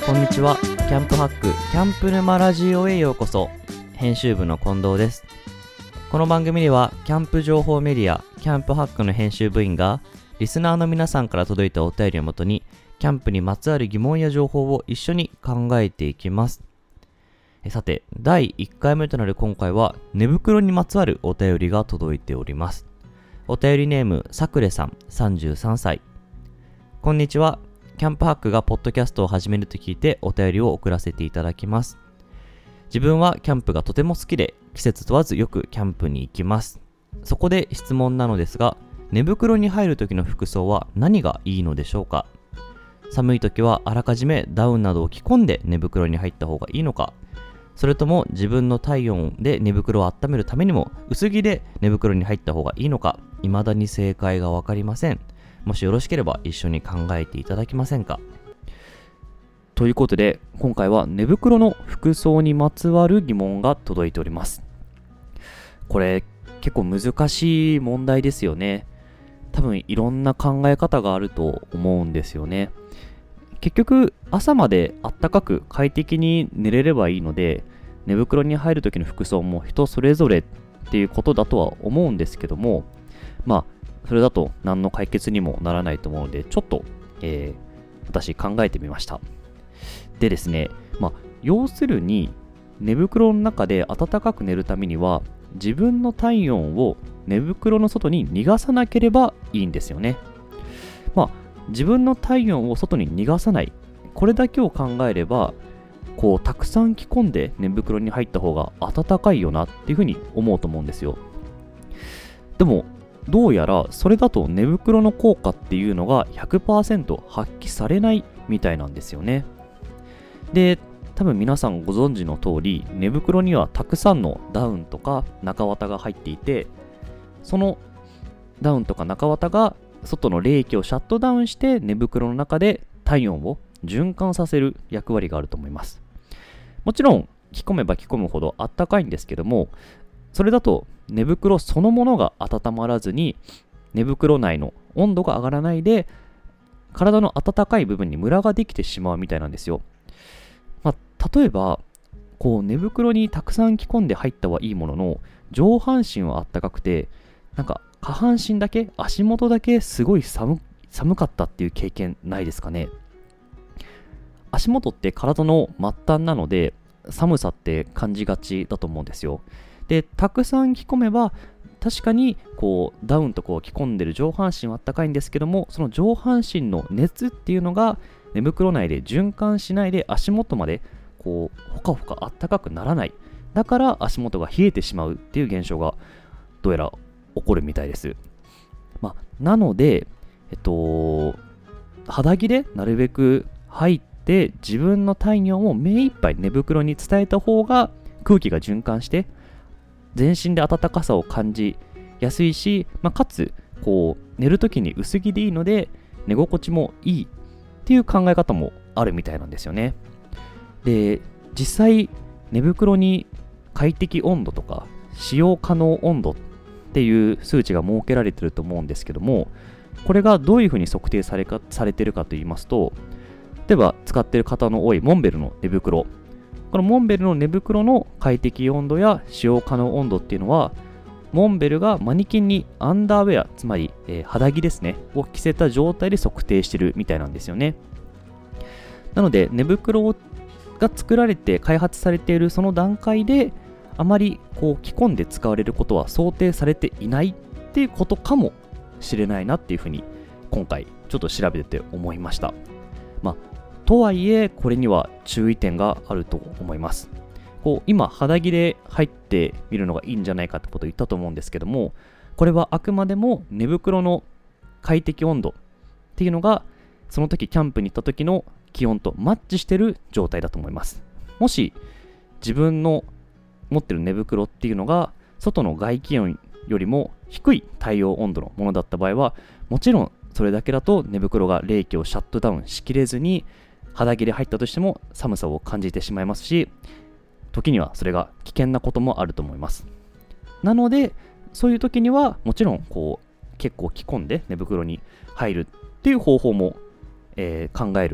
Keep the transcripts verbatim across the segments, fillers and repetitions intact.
こんにちは。キャンプハックキャンプ沼ラジオへようこそ。編集部の近藤です。この番組ではキャンプ情報メディアキャンプハックの編集部員がリスナーの皆さんから届いたお便りをもとにキャンプにまつわる疑問や情報を一緒に考えていきます。えさてだいいっかいめとなる今回は寝袋にまつわるお便りが届いております。お便りネームさくれさんさんじゅうさんさい。こんにちは。キャンプハックがポッドキャストを始めると聞いてお便りを送らせていただきます。自分はキャンプがとても好きで季節問わずよくキャンプに行きます。そこで質問なのですが、寝袋に入る時の服装は何がいいのでしょうか？寒い時はあらかじめダウンなどを着込んで寝袋に入った方がいいのか、それとも自分の体温で寝袋を温めるためにも薄着で寝袋に入った方がいいのか、未だに正解がわかりません。もしよろしければ一緒に考えていただけませんか？ということで今回は寝袋の服装にまつわる疑問が届いております。これ結構難しい問題ですよね。多分いろんな考え方があると思うんですよね。結局朝まであったかく快適に寝れればいいので、寝袋に入る時の服装も人それぞれっていうことだとは思うんですけども、まあそれだと何の解決にもならないと思うので、ちょっと、えー、私考えてみました。でですね、まあ、要するに寝袋の中で暖かく寝るためには自分の体温を寝袋の外に逃がさなければいいんですよね。まあ、自分の体温を外に逃がさない、これだけを考えれば、こうたくさん着込んで寝袋に入った方が暖かいよなっていうふうに思うと思うんですよ。でもどうやらそれだと寝袋の効果っていうのが ひゃくパーセント 発揮されないみたいなんですよね。で、多分皆さんご存知の通り、寝袋にはたくさんのダウンとか中綿が入っていて、そのダウンとか中綿が外の冷気をシャットダウンして寝袋の中で体温を循環させる役割があると思います。もちろん着込めば着込むほどあったかいんですけども、それだと寝袋そのものが温まらずに寝袋内の温度が上がらないで体の温かい部分にムラができてしまうみたいなんですよ。まあ、例えばこう寝袋にたくさん着込んで入ったはいいものの、上半身はあったかくてなんか下半身だけ足元だけすごい 寒, 寒かったっていう経験ないですかね。足元って体の末端なので寒さって感じがちだと思うんですよ。で、たくさん着込めば確かにこうダウンとこう着込んでる上半身はあったかいんですけども、その上半身の熱っていうのが寝袋内で循環しないで足元までこうほかほかあったかくならない。だから足元が冷えてしまうっていう現象がどうやら起こるみたいです。まあ、なので、えっと、肌着でなるべく入って自分の体温を目いっぱい寝袋に伝えた方が空気が循環して全身で暖かさを感じやすいし、まあ、かつこう寝るときに薄着でいいので寝心地もいいっていう考え方もあるみたいなんですよね。で、実際寝袋に快適温度とか使用可能温度っていう数値が設けられていると思うんですけども、これがどういうふうに測定されかされているかと言いますと、例えば使っている方の多いモンベルの寝袋、このモンベルの寝袋の快適温度や使用可能温度っていうのは、モンベルがマニキンにアンダーウェア、つまり、えー、肌着ですねを着せた状態で測定しているみたいなんですよね。なので寝袋が作られて開発されているその段階であまりこう着込んで使われることは想定されていないっていうことかもしれないなっていうふうに今回ちょっと調べてて思いました。まあとはいえこれには注意点があると思います。こう今肌着で入ってみるのがいいんじゃないかってことを言ったと思うんですけども、これはあくまでも寝袋の快適温度っていうのがその時キャンプに行った時の気温とマッチしてる状態だと思います。もし自分の持ってる寝袋っていうのが外の外気温よりも低い対応温度のものだった場合は、もちろんそれだけだと寝袋が冷気をシャットダウンしきれずに肌着で入ったとしても寒さを感じてしまいますし、時にはそれが危険なこともあると思います。なのでそういう時にはもちろんこう結構着込んで寝袋に入るっていう方法も、えー、考える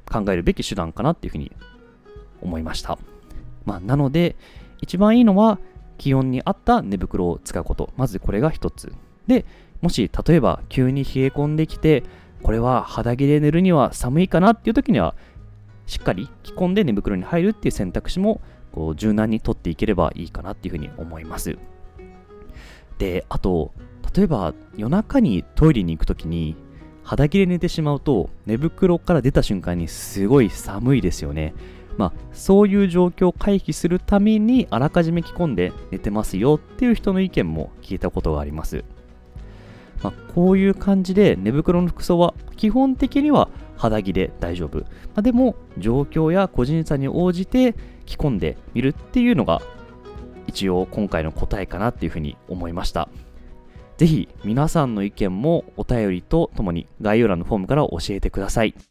考えるべき手段かなっていうふうに思いました。まあ、なので一番いいのは気温に合った寝袋を使うこと。まずこれが一つで、もし例えば急に冷え込んできて、これは肌着で寝るには寒いかなっていう時にはしっかり着込んで寝袋に入るっていう選択肢もこう柔軟に取っていければいいかなっていうふうに思います。で、あと例えば夜中にトイレに行く時に肌着で寝てしまうと、寝袋から出た瞬間にすごい寒いですよね。まあ、そういう状況を回避するためにあらかじめ着込んで寝てますよっていう人の意見も聞いたことがあります。まあ、こういう感じで寝袋の服装は基本的には肌着で大丈夫。まあ、でも状況や個人差に応じて着込んでみるっていうのが一応今回の答えかなっていうふうに思いました。ぜひ皆さんの意見もお便りとともに概要欄のフォームから教えてください。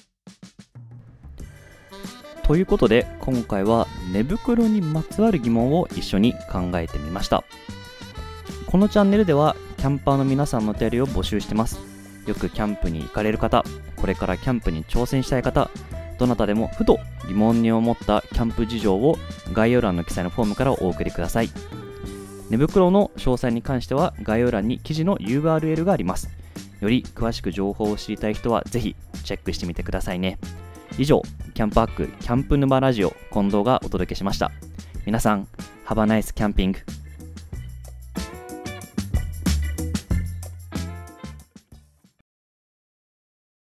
ということで今回は寝袋にまつわる疑問を一緒に考えてみました。このチャンネルではキャンパーの皆さんのお便りを募集してます。よくキャンプに行かれる方、これからキャンプに挑戦したい方、どなたでもふと疑問に思ったキャンプ事情を概要欄の記載のフォームからお送りください。寝袋の詳細に関しては概要欄に記事の ユーアールエル があります。より詳しく情報を知りたい人はぜひチェックしてみてくださいね。以上、キャンプハックキャンプ沼ラジオ近藤がお届けしました。皆さん、Have a nice camping!